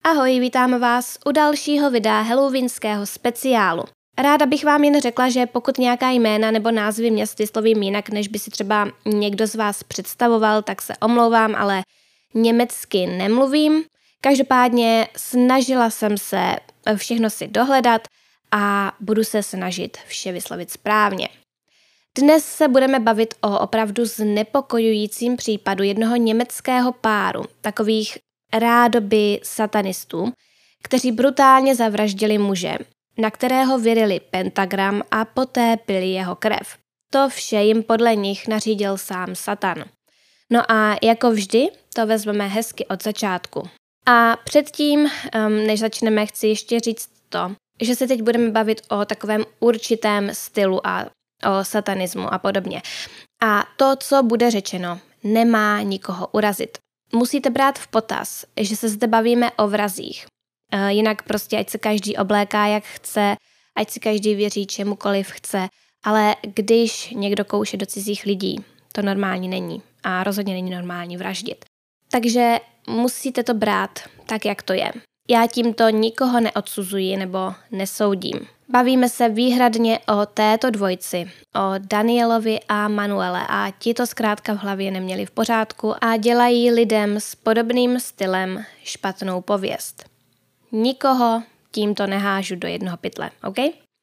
Ahoj, vítáme vás u dalšího videa halloweenského speciálu. Ráda bych vám jen řekla, že pokud nějaká jména nebo názvy měst vyslovím jinak, než by si třeba někdo z vás představoval, tak se omlouvám, ale německy nemluvím. Každopádně snažila jsem se všechno si dohledat a budu se snažit vše vyslovit správně. Dnes se budeme bavit o opravdu znepokojujícím případu jednoho německého páru, takových rádoby satanistů, kteří brutálně zavraždili muže, na kterého vyrili pentagram a poté pili jeho krev. To vše jim podle nich nařídil sám Satan. No a jako vždy to vezmeme hezky od začátku. A předtím, než začneme, chci ještě říct to, že se teď budeme bavit o takovém určitém stylu a o satanismu a podobně. A to, co bude řečeno, nemá nikoho urazit. Musíte brát v potaz, že se zde bavíme o vrazích. Jinak prostě ať se každý obléká jak chce, ať si každý věří čemukoliv chce, ale když někdo kouše do cizích lidí, to normální není a rozhodně není normální vraždit. Takže musíte to brát tak, jak to je. Já tímto nikoho neodsuzuji nebo nesoudím. Bavíme se výhradně o této dvojici, o Danielovi a Manuele a ti to zkrátka v hlavě neměli v pořádku a dělají lidem s podobným stylem špatnou pověst. Nikoho tímto nehážu do jednoho pytle, OK?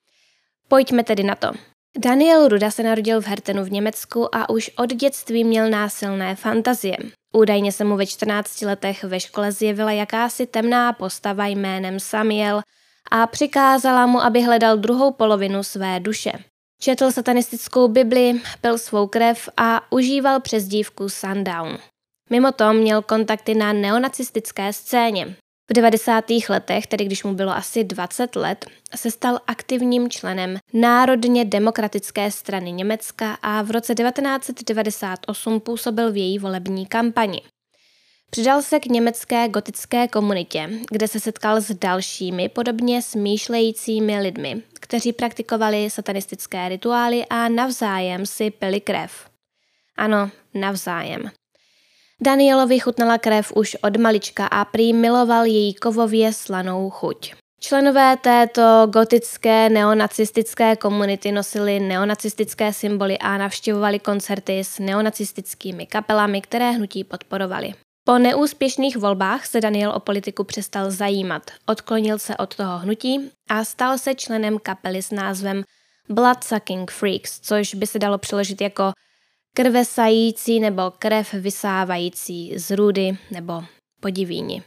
Pojďme tedy na to. Daniel Ruda se narodil v Hertenu v Německu a už od dětství měl násilné fantazie. Údajně se mu ve 14 letech ve škole zjevila jakási temná postava jménem Samiel a přikázala mu, aby hledal druhou polovinu své duše. Četl satanistickou Bibli, pil svou krev a užíval přezdívku Sundown. Mimo to měl kontakty na neonacistické scéně. V 90. letech, tedy když mu bylo asi 20 let, se stal aktivním členem Národně demokratické strany Německa a v roce 1998 působil v její volební kampani. Přidal se k německé gotické komunitě, kde se setkal s dalšími podobně smýšlejícími lidmi, kteří praktikovali satanistické rituály a navzájem si pili krev. Ano, navzájem. Danielovi chutnala krev už od malička a prý miloval její kovově slanou chuť. Členové této gotické neonacistické komunity nosili neonacistické symboly a navštěvovali koncerty s neonacistickými kapelami, které hnutí podporovali. Po neúspěšných volbách se Daniel o politiku přestal zajímat, odklonil se od toho hnutí a stal se členem kapely s názvem Bloodsucking Freaks, což by se dalo přeložit jako krvesající nebo krev vysávající z růdy nebo podivíni.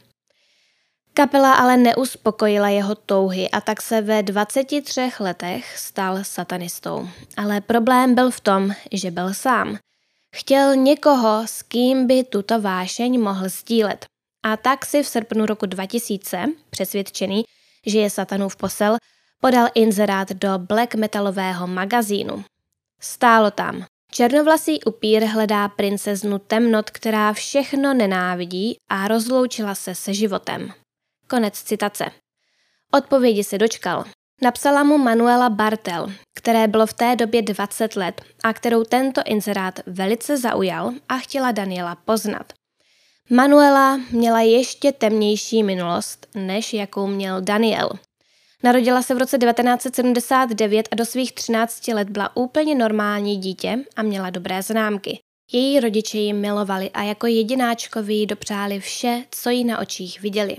Kapela ale neuspokojila jeho touhy a tak se ve 23 letech stal satanistou. Ale problém byl v tom, že byl sám. Chtěl někoho, s kým by tuto vášeň mohl sdílet. A tak si v srpnu roku 2000, přesvědčený, že je satanův posel, podal inzerát do black metalového magazínu. Stálo tam: černovlasý upír hledá princeznu temnot, která všechno nenávidí a rozloučila se se životem. Konec citace. Odpovědi se dočkal. Napsala mu Manuela Bartel, které bylo v té době 20 let a kterou tento inzerát velice zaujal a chtěla Daniela poznat. Manuela měla ještě temnější minulost, než jakou měl Daniel. Narodila se v roce 1979 a do svých 13 let byla úplně normální dítě a měla dobré známky. Její rodiče ji milovali a jako jedináčkovi jí dopřáli vše, co jí na očích viděli.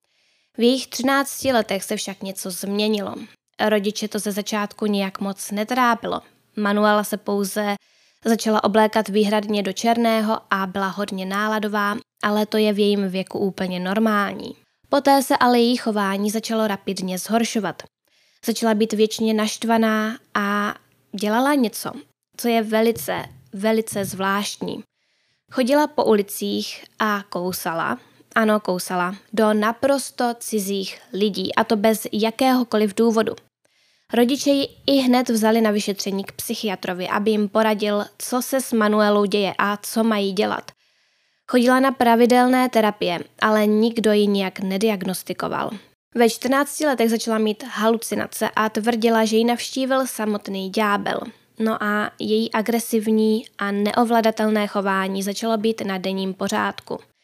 V jejich 13 letech se však něco změnilo. Rodiče to ze začátku nijak moc netrápilo. Manuela se pouze začala oblékat výhradně do černého a byla hodně náladová, ale to je v jejím věku úplně normální. Poté se ale její chování začalo rapidně zhoršovat. Začala být věčně naštvaná a dělala něco, co je velice, velice zvláštní. Chodila po ulicích a kousala, ano, kousala, do naprosto cizích lidí, a to bez jakéhokoliv důvodu. Rodiče ji i hned vzali na vyšetření k psychiatrovi, aby jim poradil, co se s Manuelou děje a co mají dělat. Chodila na pravidelné terapie, ale nikdo ji nijak nediagnostikoval. Ve 14 letech začala mít halucinace a tvrdila, že ji navštívil samotný ďábel. No a její agresivní a neovladatelné chování začalo být na denním pořádku.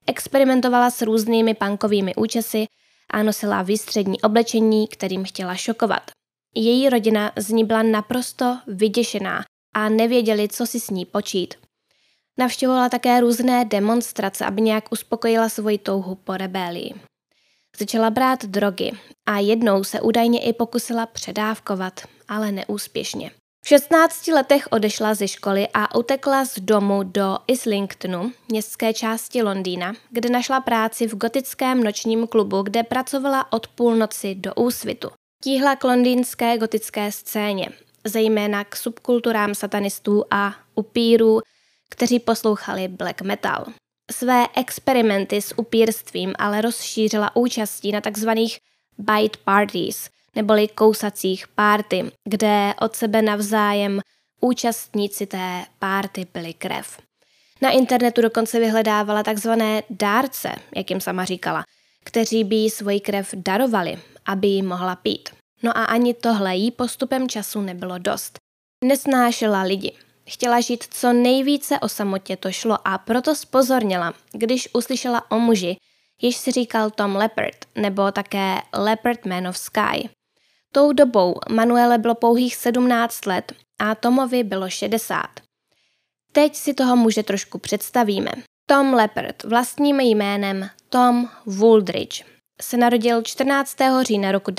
experimentovala s různými punkovými účesy a nosila výstřední oblečení, kterým chtěla šokovat. Její rodina z ní byla naprosto vyděšená a nevěděli, co si s ní počít. Navštěvovala také různé demonstrace, aby nějak uspokojila svoji touhu po rebelii. Začala brát drogy a jednou se údajně i pokusila předávkovat, ale neúspěšně. V 16 letech odešla ze školy a utekla z domu do Islingtonu, městské části Londýna, kde našla práci v gotickém nočním klubu, kde pracovala od půlnoci do úsvitu. Tíhla k londýnské gotické scéně, zejména k subkulturám satanistů a upírů, kteří poslouchali black metal. Své experimenty s upírstvím ale rozšířila účastí na takzvaných bite parties, neboli kousacích párty, kde od sebe navzájem účastníci té párty pili krev. Na internetu dokonce vyhledávala takzvané dárce, jak jim sama říkala, kteří by jí svoji krev darovali, aby ji mohla pít. No a ani tohle jí postupem času nebylo dost. Nesnášela lidi. Chtěla žít co nejvíce o samotě, to šlo, a proto zpozorněla, když uslyšela o muži, jež si říkal Tom Leppard, nebo také Leopard Man of Sky. Tou dobou Manuele bylo pouhých 17 let a Tomovi bylo 60. Teď si toho muže trošku představíme. Tom Leppard, vlastním jménem Tom Wooldridge, se narodil 14. října roku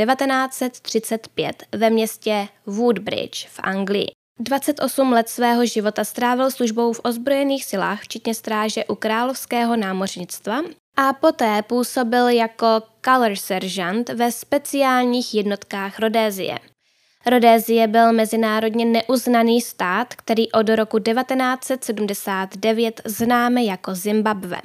1935 ve městě Woodbridge v Anglii. 28 let svého života strávil službou v ozbrojených silách, včetně stráže u královského námořnictva, a poté působil jako color sergeant ve speciálních jednotkách Rodézie. Rodézie byl mezinárodně neuznaný stát, který od roku 1979 známe jako Zimbabwe.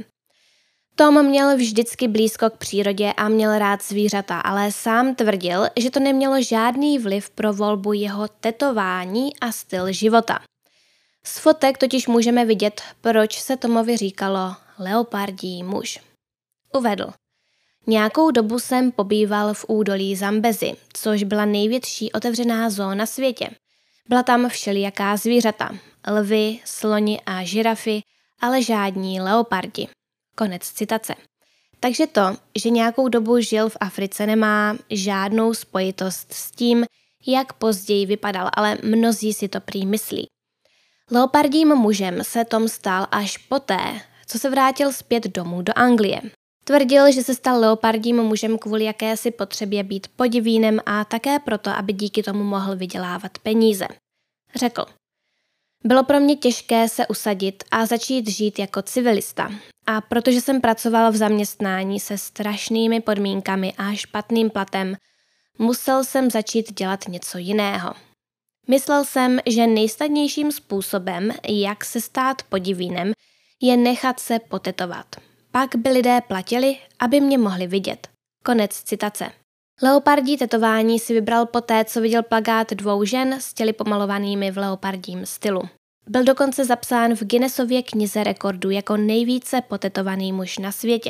Tom měl vždycky blízko k přírodě a měl rád zvířata, ale sám tvrdil, že to nemělo žádný vliv pro volbu jeho tetování a styl života. Z fotek totiž můžeme vidět, proč se Tomovi říkalo leopardí muž. Uvedl: Nějakou dobu jsem pobýval v údolí Zambezi, což byla největší otevřená zóna světě. Byla tam všelijaká zvířata, lvy, sloni a žirafy, ale žádní leopardi. Konec citace. Takže to, že nějakou dobu žil v Africe, nemá žádnou spojitost s tím, jak později vypadal, ale mnozí si to prý myslí. Leopardím mužem se Tom stal až poté, co se vrátil zpět domů do Anglie. Tvrdil, že se stal leopardím mužem kvůli jakési potřebě být podivínem a také proto, aby díky tomu mohl vydělávat peníze. Řekl: Bylo pro mě těžké se usadit a začít žít jako civilista. A protože jsem pracoval v zaměstnání se strašnými podmínkami a špatným platem, musel jsem začít dělat něco jiného. Myslel jsem, že nejsnadnějším způsobem, jak se stát podivínem, je nechat se potetovat. Pak by lidé platili, aby mě mohli vidět. Konec citace. Leopardí tetování si vybral poté, co viděl plakát 2 žen s těly pomalovanými v leopardím stylu. Byl dokonce zapsán v Guinnessově knize rekordů jako nejvíce potetovaný muž na světě.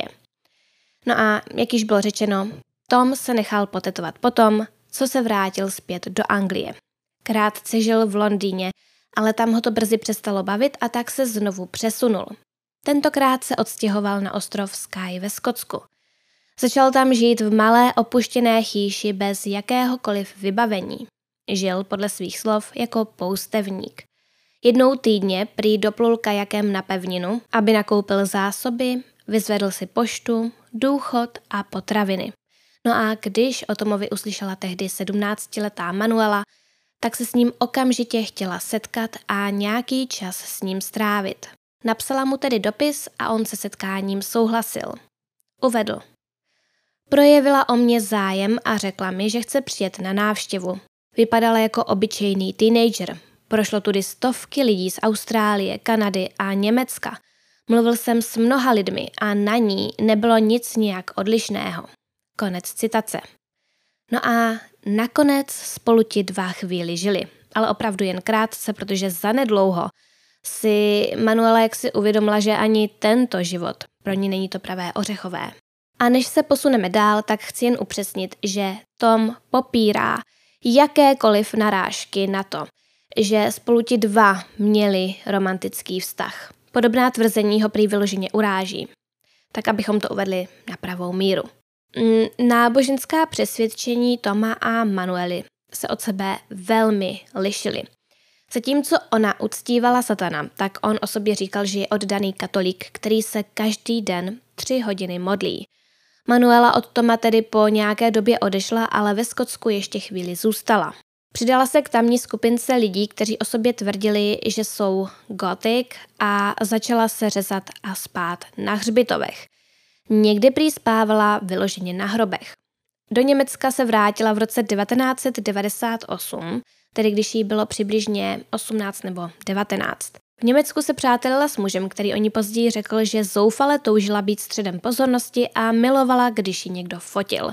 No a jak již bylo řečeno, Tom se nechal potetovat potom, co se vrátil zpět do Anglie. Krátce žil v Londýně, ale tam ho to brzy přestalo bavit a tak se znovu přesunul. Tentokrát se odstěhoval na ostrov Skye ve Skotsku. Začal tam žít v malé opuštěné chýši bez jakéhokoliv vybavení. Žil podle svých slov jako poustevník. Jednou týdně prý doplul kajakem na pevninu, aby nakoupil zásoby, vyzvedl si poštu, důchod a potraviny. No a když o Tomovi uslyšela tehdy 17letá Manuela, tak se s ním okamžitě chtěla setkat a nějaký čas s ním strávit. Napsala mu tedy dopis a on se setkáním souhlasil. Uvedl: Projevila o mě zájem a řekla mi, že chce přijet na návštěvu. Vypadala jako obyčejný teenager. Prošlo tudy stovky lidí z Austrálie, Kanady a Německa. Mluvil jsem s mnoha lidmi a na ní nebylo nic nijak odlišného. Konec citace. No a nakonec spolu ti 2 chvíli žili, ale opravdu jen krátce, protože zanedlouho si Manuela jaksi uvědomila, že ani tento život pro ní není to pravé ořechové. A než se posuneme dál, tak chci jen upřesnit, že Tom popírá jakékoliv narážky na to, že spolu ti 2 měli romantický vztah. Podobná tvrzení ho prý vyloženě uráží. tak abychom to uvedli na pravou míru. Náboženská přesvědčení Toma a Manuely se od sebe velmi lišily. Zatímco ona uctívala satana, tak on o sobě říkal, že je oddaný katolík, který se každý den 3 hodiny modlí. Manuela od Toma tedy po nějaké době odešla, ale ve Skotsku ještě chvíli zůstala. Přidala se k tamní skupince lidí, kteří o sobě tvrdili, že jsou gotik, a začala se řezat a spát na hřbitovech. Někdy prý spávala vyloženě na hrobech. Do Německa se vrátila v roce 1998, tedy když jí bylo přibližně 18 nebo 19. V Německu se přátelila s mužem, který o ní později řekl, že zoufale toužila být středem pozornosti a milovala, když ji někdo fotil.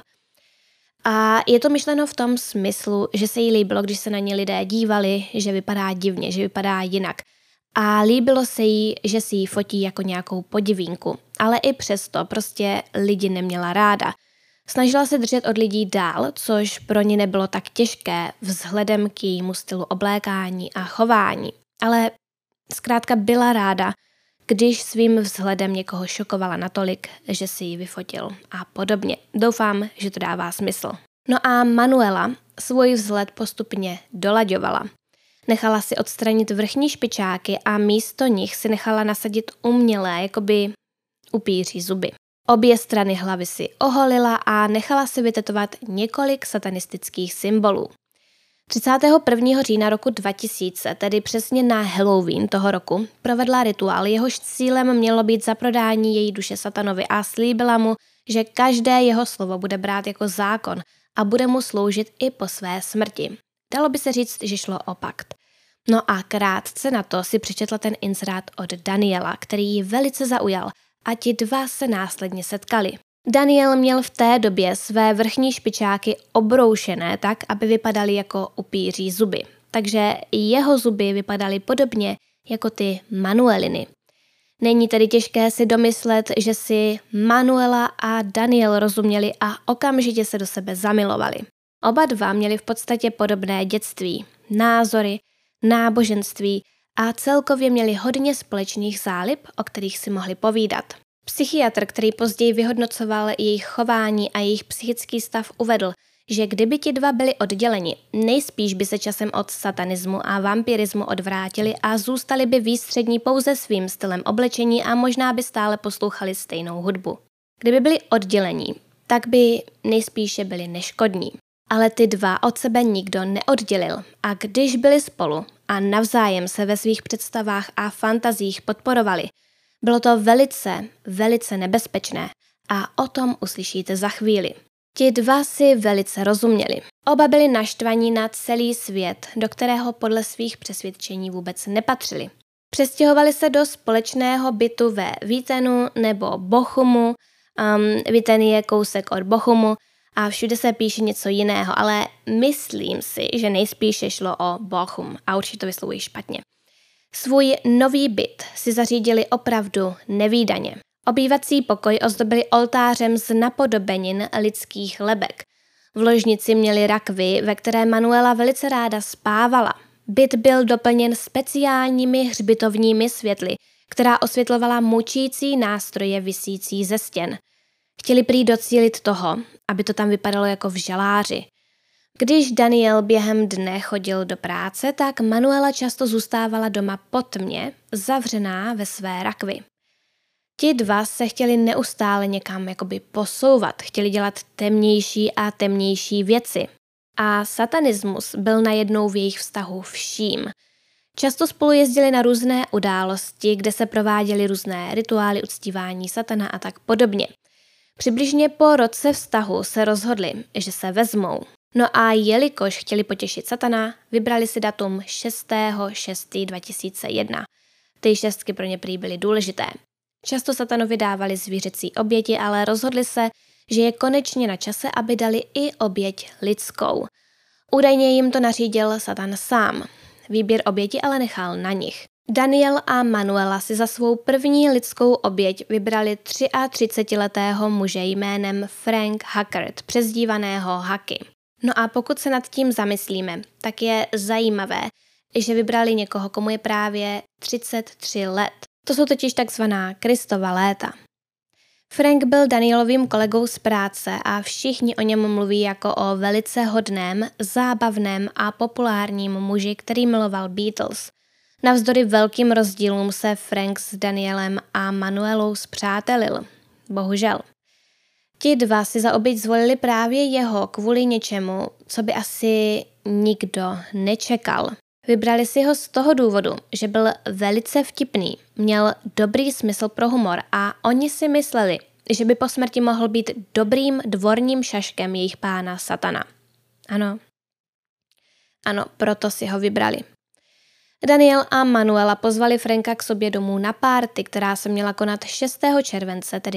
A je to myšleno v tom smyslu, že se jí líbilo, když se na ně lidé dívali, že vypadá divně, že vypadá jinak. A líbilo se jí, že si ji fotí jako nějakou podivínku. Ale i přesto prostě lidi neměla ráda. Snažila se držet od lidí dál, což pro ní nebylo tak těžké vzhledem k jejímu stylu oblékání a chování. Ale zkrátka byla ráda, když svým vzhledem někoho šokovala natolik, že si ji vyfotil a podobně. Doufám, že to dává smysl. No a Manuela svůj vzhled postupně dolaďovala. Nechala si odstranit vrchní špičáky a místo nich si nechala nasadit umělé, jakoby upíří zuby. Obě strany hlavy si oholila a nechala si vytetovat několik satanistických symbolů. 31. října roku 2000, tedy přesně na Halloween toho roku, provedla rituál, jehož cílem mělo být zaprodání její duše satanovi a slíbila mu, že každé jeho slovo bude brát jako zákon a bude mu sloužit i po své smrti. Dalo by se říct, že šlo o pakt. No a krátce na to si přečetla ten inzerát od Daniela, který ji velice zaujal, a ti dva se následně setkali. Daniel měl v té době své vrchní špičáky obroušené tak, aby vypadaly jako upíří zuby. Takže jeho zuby vypadaly podobně jako ty Manueliny. Není tedy těžké si domyslet, že si Manuela a Daniel rozuměli a okamžitě se do sebe zamilovali. Oba dva měli v podstatě podobné dětství, názory, náboženství a celkově měli hodně společných zálib, o kterých si mohli povídat. Psychiatr, který později vyhodnocoval jejich chování a jejich psychický stav, uvedl, že kdyby ti dva byli odděleni, nejspíš by se časem od satanismu a vampirismu odvrátili a zůstali by výstřední pouze svým stylem oblečení a možná by stále poslouchali stejnou hudbu. Kdyby byli oddělení, tak by nejspíše byli neškodní. Ale ty dva od sebe nikdo neoddělil a když byli spolu a navzájem se ve svých představách a fantazích podporovali, bylo to velice, velice nebezpečné a o tom uslyšíte za chvíli. Ti dva si velice rozuměli. Oba byli naštvaní na celý svět, do kterého podle svých přesvědčení vůbec nepatřili. Přestěhovali se do společného bytu ve Witenu nebo Bochumu. Witten je kousek od Bochumu a všude se píše něco jiného, ale myslím si, že nejspíše šlo o Bochum a určitě to vyslovuji špatně. Svůj nový byt si zařídili opravdu nevídaně. Obývací pokoj ozdobili oltářem z napodobenin lidských lebek. V ložnici měli rakvi, ve které Manuela velice ráda spávala. Byt byl doplněn speciálními hřbitovními světly, která osvětlovala mučící nástroje visící ze stěn. Chtěli prý docílit toho, aby to tam vypadalo jako v žaláři. Když Daniel během dne chodil do práce, tak Manuela často zůstávala doma po tmě, zavřená ve své rakvi. Ti dva se chtěli neustále někam jakoby posouvat, chtěli dělat temnější a temnější věci. A satanismus byl najednou v jejich vztahu vším. Často spolu jezdili na různé události, kde se prováděly různé rituály uctívání satana a tak podobně. Přibližně po roce vztahu se rozhodli, že se vezmou. No a jelikož chtěli potěšit satana, vybrali si datum 6.6.2001. Ty šestky pro ně prý byly důležité. Často satanovi dávali zvířecí oběti, ale rozhodli se, že je konečně na čase, aby dali i oběť lidskou. Údajně jim to nařídil satan sám. Výběr oběti ale nechal na nich. Daniel a Manuela si za svou první lidskou oběť vybrali 33letého muže jménem Frank Hackert, přezdívaného Hacky. No a pokud se nad tím zamyslíme, tak je zajímavé, že vybrali někoho, komu je právě 33 let. To jsou totiž takzvaná Kristova léta. Frank byl Danielovým kolegou z práce a všichni o něm mluví jako o velice hodném, zábavném a populárním muži, který miloval Beatles. Navzdory velkým rozdílům se Frank s Danielem a Manuelou spřátelil. Bohužel. Ti dva si za oběť zvolili právě jeho kvůli něčemu, co by asi nikdo nečekal. Vybrali si ho z toho důvodu, že byl velice vtipný, měl dobrý smysl pro humor a oni si mysleli, že by po smrti mohl být dobrým dvorním šaškem jejich pána Satana. Ano, proto si ho vybrali. Daniel a Manuela pozvali Franka k sobě domů na párty, která se měla konat 6. července, tedy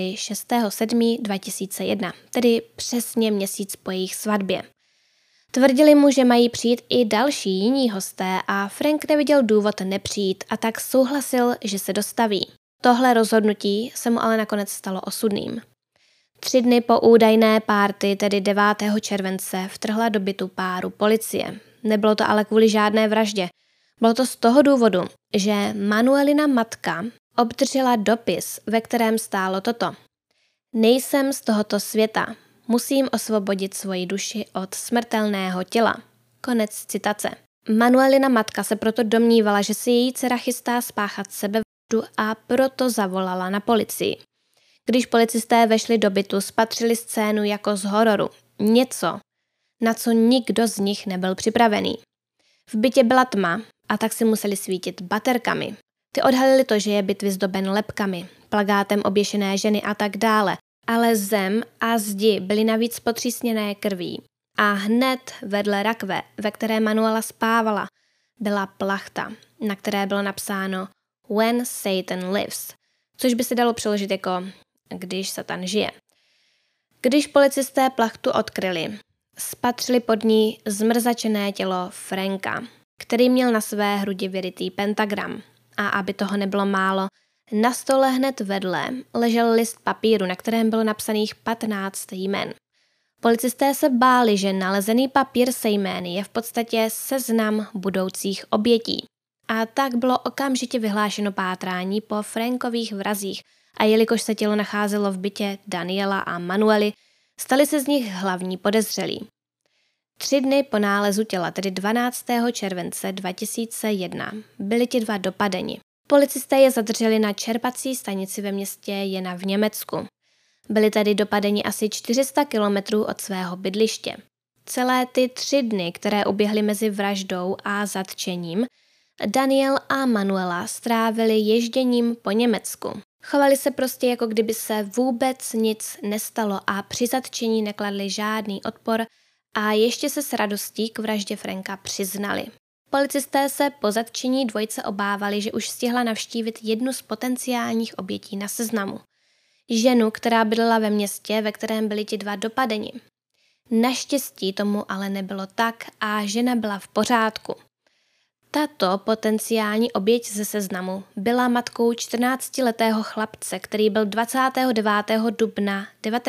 6.7.2001, tedy přesně měsíc po jejich svatbě. Tvrdili mu, že mají přijít i další jiní hosté a Frank neviděl důvod nepřijít a tak souhlasil, že se dostaví. Tohle rozhodnutí se mu ale nakonec stalo osudným. 3 dny po údajné párty, tedy 9. července, vtrhla do bytu páru policie. Nebylo to ale kvůli žádné vraždě. Bylo to z toho důvodu, že Manuelina matka obdržela dopis, ve kterém stálo toto. Nejsem z tohoto světa. Musím osvobodit svoji duši od smrtelného těla. Konec citace. Manuelina matka se proto domnívala, že si její dcera chystá spáchat sebevraždu a proto zavolala na policii. Když policisté vešli do bytu, spatřili scénu jako z hororu. Něco, na co nikdo z nich nebyl připravený. V bytě byla tma a tak si museli svítit baterkami. Ty odhalili to, že je byt vyzdoben lebkami, plakátem oběšené ženy a tak dále. Ale zem a zdi byly navíc potřísněné krví. A hned vedle rakve, ve které Manuela spávala, byla plachta, na které bylo napsáno When Satan Lives, což by se dalo přeložit jako když Satan žije. Když policisté plachtu odkryli, spatřili pod ní zmrzačené tělo Franka, který měl na své hrudi vyrytý pentagram. A aby toho nebylo málo, na stole hned vedle ležel list papíru, na kterém bylo napsaných 15 jmen. Policisté se báli, že nalezený papír se jmény je v podstatě seznam budoucích obětí. A tak bylo okamžitě vyhlášeno pátrání po Frankových vrazích a jelikož se tělo nacházelo v bytě Daniela a Manuely, stali se z nich hlavní podezřelí. 3 dny po nálezu těla, tedy 12. července 2001, byli ti dva dopadeni. Policisté je zadrželi na čerpací stanici ve městě Jena v Německu. Byli tedy dopadeni asi 400 kilometrů od svého bydliště. Celé ty 3 dny, které uběhly mezi vraždou a zatčením, Daniel a Manuela strávili ježděním po Německu. Chovali se prostě, jako kdyby se vůbec nic nestalo a při zatčení nekladli žádný odpor a ještě se s radostí k vraždě Franka přiznali. Policisté se po zatčení dvojice obávali, že už stihla navštívit jednu z potenciálních obětí na seznamu. Ženu, která bydlela ve městě, ve kterém byli ti dva dopadeni. Naštěstí tomu ale nebylo tak a žena byla v pořádku. Tato potenciální oběť ze seznamu byla matkou 14letého chlapce, který byl 29. dubna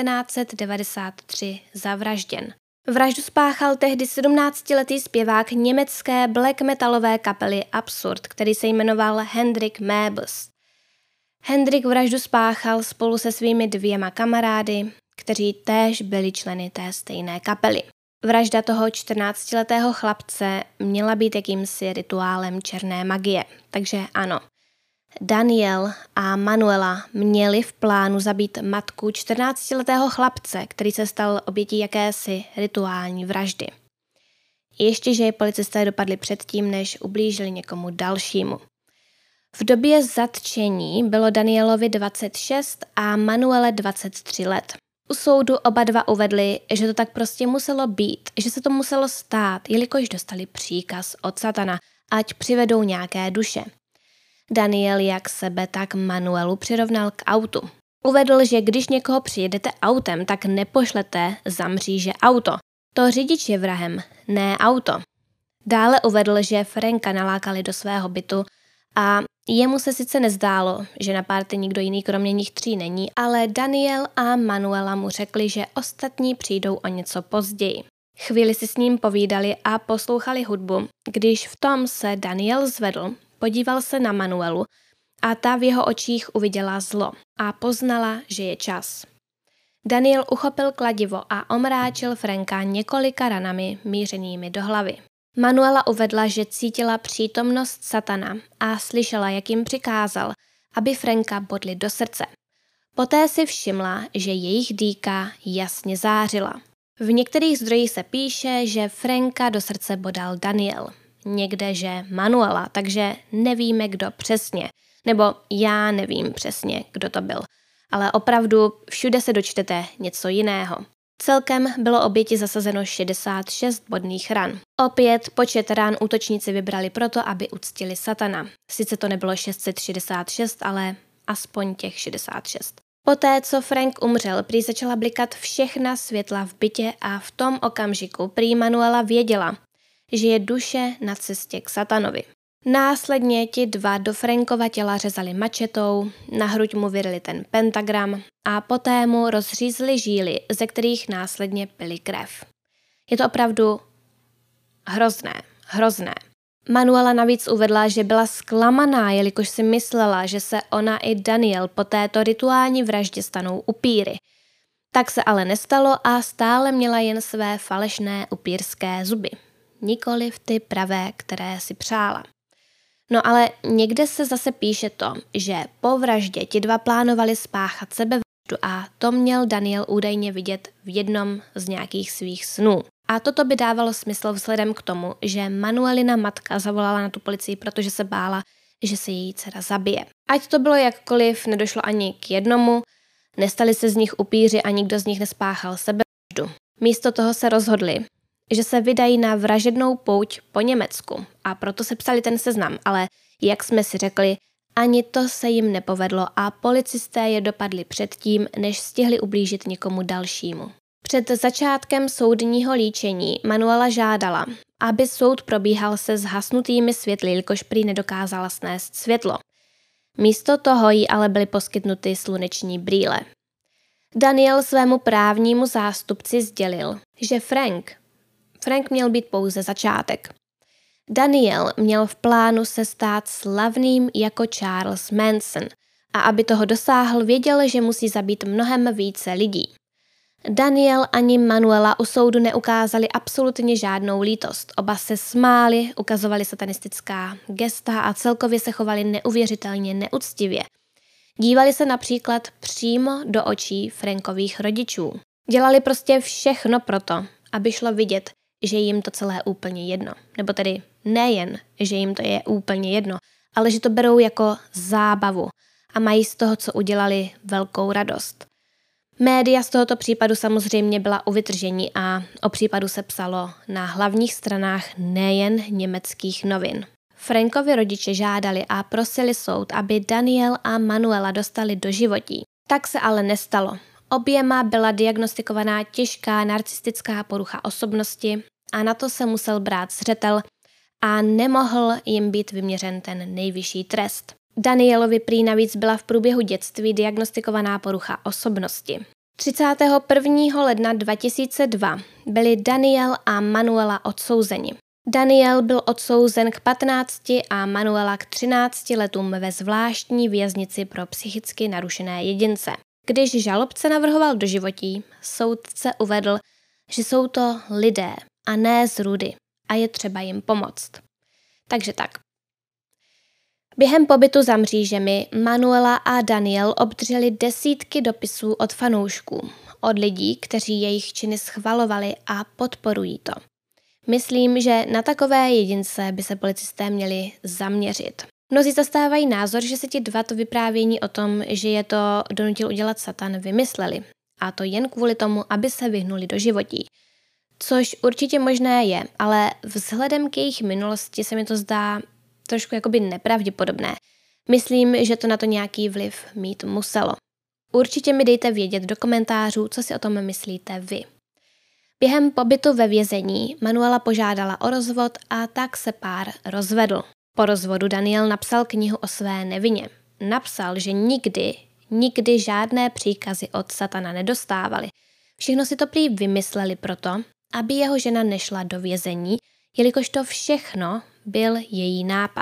1993 zavražděn. Vraždu spáchal tehdy 17letý zpěvák německé black metalové kapely Absurd, který se jmenoval Hendrik Maebus. Hendrik vraždu spáchal spolu se svými 2 kamarády, kteří též byli členy té stejné kapely. Vražda toho 14letého chlapce měla být jakýmsi rituálem černé magie, takže ano. Daniel a Manuela měli v plánu zabít matku 14letého chlapce, který se stal obětí jakési rituální vraždy. Ještě, že je policisté dopadli předtím, než ublížili někomu dalšímu. V době zatčení bylo Danielovi 26 a Manuele 23 let. U soudu oba dva uvedli, že to tak prostě muselo být, že se to muselo stát, jelikož dostali příkaz od Satana, ať přivedou nějaké duše. Daniel jak sebe, tak Manuelu přirovnal k autu. Uvedl, že když někoho přijedete autem, tak nepošlete za mříže auto. To řidič je vrahem, ne auto. Dále uvedl, že Franka nalákali do svého bytu a jemu se sice nezdálo, že na párty nikdo jiný kromě nich 3 není, ale Daniel a Manuela mu řekli, že ostatní přijdou o něco později. Chvíli si s ním povídali a poslouchali hudbu, když v tom se Daniel zvedl, podíval se na Manuelu a ta v jeho očích uviděla zlo. a poznala, že je čas. Daniel uchopil kladivo a omráčil Franka několika ranami mířenými do hlavy. Manuela uvedla, že cítila přítomnost satana a slyšela, jak jim přikázal, aby Franka bodli do srdce. Poté si všimla, že jejich dýka jasně zářila. V některých zdrojích se píše, že Franka do srdce bodal Daniel, někde že Manuela, takže nevíme, kdo přesně. Nebo já nevím přesně, kdo to byl. Ale opravdu všude se dočtete něco jiného. Celkem bylo oběti zasazeno 66 bodných ran. Opět počet ran útočníci vybrali proto, aby uctili satana. Sice to nebylo 666, ale aspoň těch 66. Poté, co Frank umřel, prý začala blikat všechna světla v bytě a v tom okamžiku prý Manuela věděla, že je duše na cestě k satanovi. Následně ti dva do Frankova těla řezali mačetou, na hruď mu vyrili ten pentagram a poté mu rozřízli žíly, ze kterých následně pili krev. Je to opravdu hrozné. Manuela navíc uvedla, že byla zklamaná, jelikož si myslela, že se ona i Daniel po této rituální vraždě stanou upíry. Tak se ale nestalo a stále měla jen své falešné upírské zuby. Nikoliv ty pravé, které si přála. No ale někde se zase píše to, že po vraždě ti dva plánovali spáchat sebevraždu a to měl Daniel údajně vidět v jednom z nějakých svých snů. A toto by dávalo smysl vzhledem k tomu, že Manuelina matka zavolala na tu policii, protože se bála, že se její dcera zabije. Ať to bylo jakkoliv, nedošlo ani k jednomu, nestali se z nich upíři a nikdo z nich nespáchal sebevraždu. Místo toho se rozhodli, že se vydají na vražednou pouť po Německu a proto se psali ten seznam, ale jak jsme si řekli, ani to se jim nepovedlo a policisté je dopadli předtím, než stihli ublížit někomu dalšímu. Před začátkem soudního líčení Manuela žádala, aby soud probíhal se zhasnutými světly, jelikož prý nedokázala snést světlo. Místo toho jí ale byly poskytnuty sluneční brýle. Daniel svému právnímu zástupci sdělil, že Frank měl být pouze začátek. Daniel měl v plánu se stát slavným jako Charles Manson a aby toho dosáhl, věděl, že musí zabít mnohem více lidí. Daniel ani Manuela u soudu neukázali absolutně žádnou lítost. Oba se smáli, ukazovali satanistická gesta a celkově se chovali neuvěřitelně neúctivě. Dívali se například přímo do očí Frankových rodičů. Dělali prostě všechno proto, aby šlo vidět, že jim to celé úplně jedno. Nebo tedy nejen, že jim to je úplně jedno, ale že to berou jako zábavu a mají z toho, co udělali, velkou radost. Média z tohoto případu samozřejmě byla u vytržení a o případu se psalo na hlavních stranách nejen německých novin. Frankovi rodiče žádali a prosili soud, aby Daniel a Manuela dostali do životí. Tak se ale nestalo. Oběma byla diagnostikovaná těžká narcistická porucha osobnosti a na to se musel brát zřetel a nemohl jim být vyměřen ten nejvyšší trest. Danielovi navíc byla v průběhu dětství diagnostikovaná porucha osobnosti. 31. ledna 2002 byli Daniel a Manuela odsouzeni. Daniel byl odsouzen k 15 a Manuela k 13 letům ve zvláštní věznici pro psychicky narušené jedince. Když žalobce navrhoval doživotí, soudce uvedl, že jsou to lidé a ne zrůdy a je třeba jim pomoct. Takže tak. Během pobytu za mřížemi Manuela a Daniel obdrželi desítky dopisů od fanoušků, od lidí, kteří jejich činy schvalovali a podporují to. Myslím, že na takové jedince by se policisté měli zaměřit. Mnozí zastávají názor, že se ti dva to vyprávění o tom, že je to donutil udělat Satan, vymysleli. A to jen kvůli tomu, aby se vyhnuli do životí. Což určitě možné je, ale vzhledem k jejich minulosti se mi to zdá trošku jakoby nepravděpodobné. Myslím, že to na to nějaký vliv mít muselo. Určitě mi dejte vědět do komentářů, co si o tom myslíte vy. Během pobytu ve vězení Manuela požádala o rozvod a tak se pár rozvedl. Po rozvodu Daniel napsal knihu o své nevině. Napsal, že nikdy žádné příkazy od Satana nedostávali. Všechno si to prý vymysleli proto, aby jeho žena nešla do vězení, jelikož to všechno byl její nápad.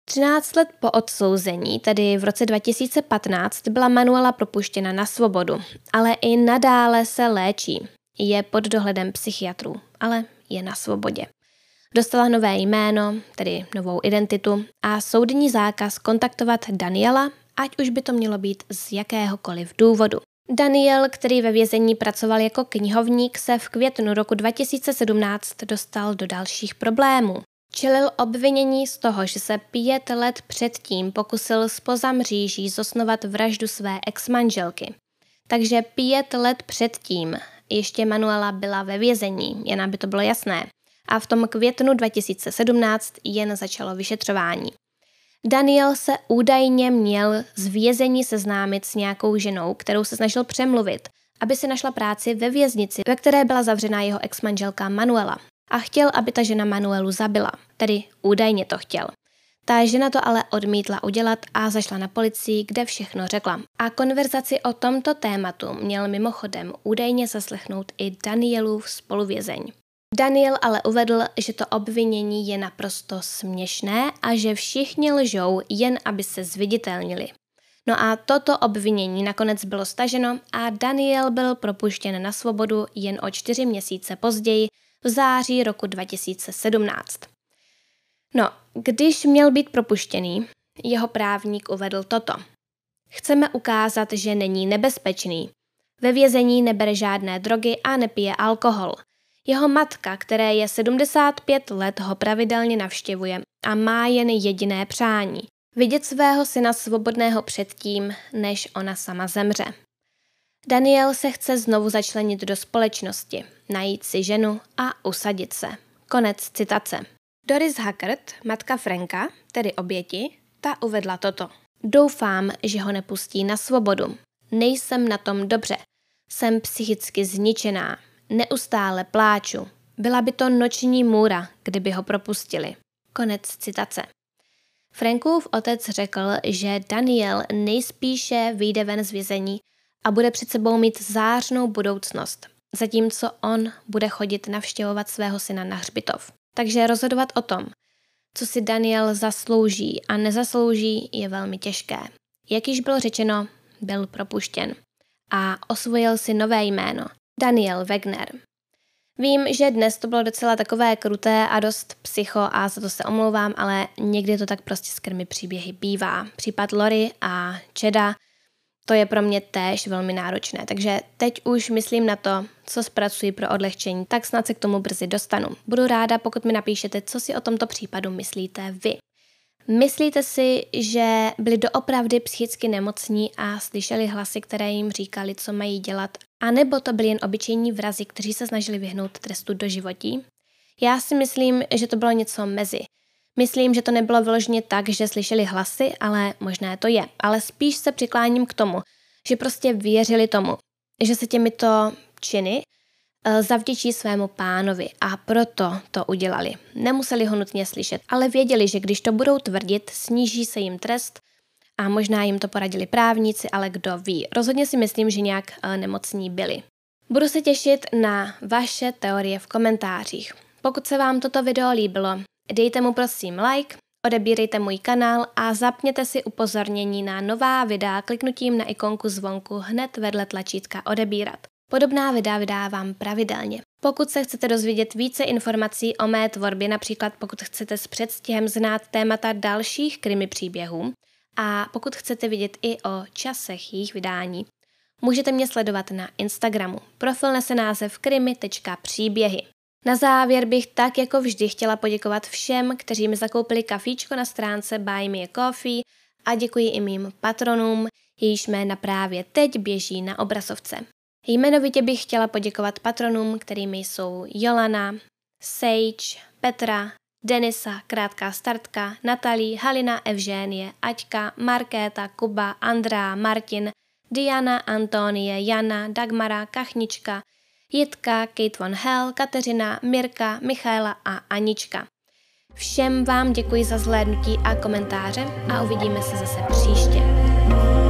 13 let po odsouzení, tedy v roce 2015, byla Manuela propuštěna na svobodu, ale i nadále se léčí. Je pod dohledem psychiatrů, ale je na svobodě. Dostala nové jméno, tedy novou identitu a soudní zákaz kontaktovat Daniela, ať už by to mělo být z jakéhokoliv důvodu. Daniel, který ve vězení pracoval jako knihovník, se v květnu roku 2017 dostal do dalších problémů. Čelil obvinění z toho, že se 5 let předtím pokusil zpoza mříží zosnovat vraždu své exmanželky. Takže 5 let předtím ještě Manuela byla ve vězení, jen aby to bylo jasné. A v tom květnu 2017 jen začalo vyšetřování. Daniel se údajně měl z vězení seznámit s nějakou ženou, kterou se snažil přemluvit, aby si našla práci ve věznici, ve které byla zavřená jeho exmanželka Manuela. A chtěl, aby ta žena Manuelu zabila, tedy údajně to chtěl. Ta žena to ale odmítla udělat a zašla na policii, kde všechno řekla. A konverzaci o tomto tématu měl mimochodem údajně zaslechnout i Danielův spoluvězeň. Daniel ale uvedl, že to obvinění je naprosto směšné a že všichni lžou, jen aby se zviditelnili. No a toto obvinění nakonec bylo staženo a Daniel byl propuštěn na svobodu jen o 4 měsíce později, v září roku 2017. No, když měl být propuštěný, jeho právník uvedl toto. Chceme ukázat, že není nebezpečný. Ve vězení nebere žádné drogy a nepije alkohol. Jeho matka, které je 75 let, ho pravidelně navštěvuje a má jen jediné přání. Vidět svého syna svobodného předtím, než ona sama zemře. Daniel se chce znovu začlenit do společnosti, najít si ženu a usadit se. Konec citace. Doris Hackert, matka Franka, tedy oběti, ta uvedla toto. Doufám, že ho nepustí na svobodu. Nejsem na tom dobře. Jsem psychicky zničená. Neustále pláču. Byla by to noční můra, kdyby ho propustili. Konec citace. Frankův otec řekl, že Daniel nejspíše vyjde ven z vězení a bude před sebou mít zářnou budoucnost, zatímco on bude chodit navštěvovat svého syna na hřbitov. Takže rozhodovat o tom, co si Daniel zaslouží a nezaslouží, je velmi těžké. Jak již bylo řečeno, byl propuštěn a osvojil si nové jméno – Daniel Wegner. Vím, že dnes to bylo docela takové kruté a dost psycho a za to se omlouvám, ale někdy to tak prostě s krmi příběhy bývá. Případ Lori a Chada, to je pro mě též velmi náročné, takže teď už myslím na to, co zpracuji pro odlehčení, tak snad se k tomu brzy dostanu. Budu ráda, pokud mi napíšete, co si o tomto případu myslíte vy. Myslíte si, že byli doopravdy psychicky nemocní a slyšeli hlasy, které jim říkali, co mají dělat, anebo to byli jen obyčejní vrazi, kteří se snažili vyhnout trestu doživotí? Já si myslím, že to bylo něco mezi. Myslím, že to nebylo vyloženě tak, že slyšeli hlasy, ale možná to je. Ale spíš se přikláním k tomu, že prostě věřili tomu, že se těmito činy zavděčí svému pánovi a proto to udělali. Nemuseli ho nutně slyšet, ale věděli, že když to budou tvrdit, sníží se jim trest a možná jim to poradili právníci, ale kdo ví. Rozhodně si myslím, že nějak nemocní byli. Budu se těšit na vaše teorie v komentářích. Pokud se vám toto video líbilo, dejte mu prosím like, odebírejte můj kanál a zapněte si upozornění na nová videa kliknutím na ikonku zvonku hned vedle tlačítka odebírat. Podobná videa vydávám pravidelně. Pokud se chcete dozvědět více informací o mé tvorbě, například pokud chcete s předstihem znát témata dalších krimi příběhů a pokud chcete vidět i o časech jejich vydání, můžete mě sledovat na Instagramu. Profil nese název krimi.příběhy. Na závěr bych tak jako vždy chtěla poděkovat všem, kteří mi zakoupili kafíčko na stránce Buy Me a Coffee a děkuji i mým patronům, jejichž jména právě teď běží na obrazovce. Jmenovitě bych chtěla poděkovat patronům, kterými jsou Jolana, Sage, Petra, Denisa, Krátká startka, Natalie, Halina, Evžénie, Aťka, Markéta, Kuba, Andrá, Martin, Diana, Antonie, Jana, Dagmara, Kachnička, Jitka, Kate von Hell, Kateřina, Mirka, Michaela a Anička. Všem vám děkuji za zhlédnutí a komentáře a uvidíme se zase příště.